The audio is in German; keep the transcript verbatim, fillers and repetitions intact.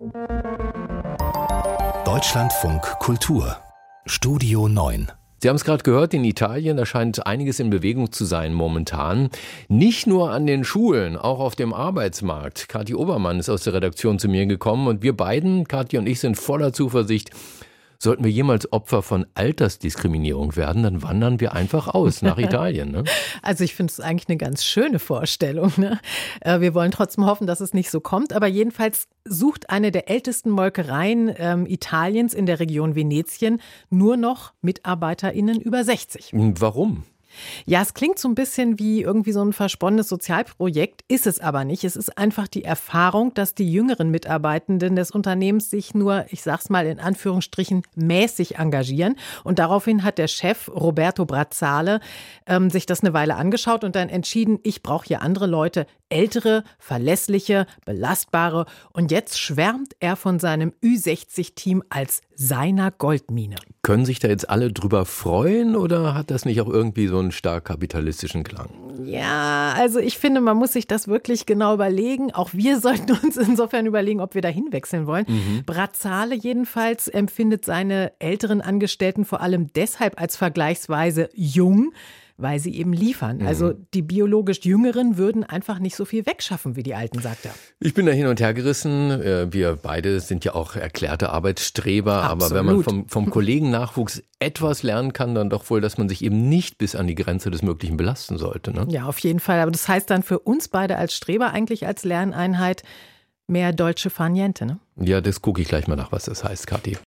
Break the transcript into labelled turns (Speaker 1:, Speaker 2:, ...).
Speaker 1: Deutschlandfunk Kultur Studio neun.
Speaker 2: Sie haben es gerade gehört, in Italien, da scheint einiges in Bewegung zu sein momentan. Nicht nur an den Schulen, auch auf dem Arbeitsmarkt. Kathi Obermann ist aus der Redaktion zu mir gekommen und wir beiden, Kathi und ich, sind voller Zuversicht. Sollten wir jemals Opfer von Altersdiskriminierung werden, dann wandern wir einfach aus nach Italien. Ne?
Speaker 3: Also ich finde es eigentlich eine ganz schöne Vorstellung. Ne? Wir wollen trotzdem hoffen, dass es nicht so kommt. Aber jedenfalls sucht eine der ältesten Molkereien ähm, Italiens in der Region Venetien nur noch MitarbeiterInnen über sechzig.
Speaker 2: Warum?
Speaker 3: Ja, es klingt so ein bisschen wie irgendwie so ein versponnenes Sozialprojekt, ist es aber nicht. Es ist einfach die Erfahrung, dass die jüngeren Mitarbeitenden des Unternehmens sich nur, ich sag's mal in Anführungsstrichen, mäßig engagieren. Und daraufhin hat der Chef Roberto Brazzale ähm, sich das eine Weile angeschaut und dann entschieden, ich brauche hier andere Leute, ältere, verlässliche, belastbare. Und jetzt schwärmt er von seinem Ü sechzig Team als seiner Goldmine.
Speaker 2: Können sich da jetzt alle drüber freuen oder hat das nicht auch irgendwie so einen stark kapitalistischen Klang?
Speaker 3: Ja, also ich finde, man muss sich das wirklich genau überlegen. Auch wir sollten uns insofern überlegen, ob wir da hinwechseln wollen. Mhm. Brazzale jedenfalls empfindet seine älteren Angestellten vor allem deshalb als vergleichsweise jung, weil sie eben liefern. Mhm. Also die biologisch Jüngeren würden einfach nicht so viel wegschaffen wie die Alten, sagt er.
Speaker 2: Ich bin da hin und her gerissen. Wir beide sind ja auch erklärte Arbeitsstreber.
Speaker 3: Absolut.
Speaker 2: Aber wenn man vom, vom Kollegennachwuchs etwas lernen kann, dann doch wohl, dass man sich eben nicht bis an die Grenze des Möglichen belasten sollte. Ne?
Speaker 3: Ja, auf jeden Fall. Aber das heißt dann für uns beide als Streber eigentlich als Lerneinheit mehr deutsche Far niente, ne?
Speaker 2: Ja, das gucke ich gleich mal nach, was das heißt, Kathi.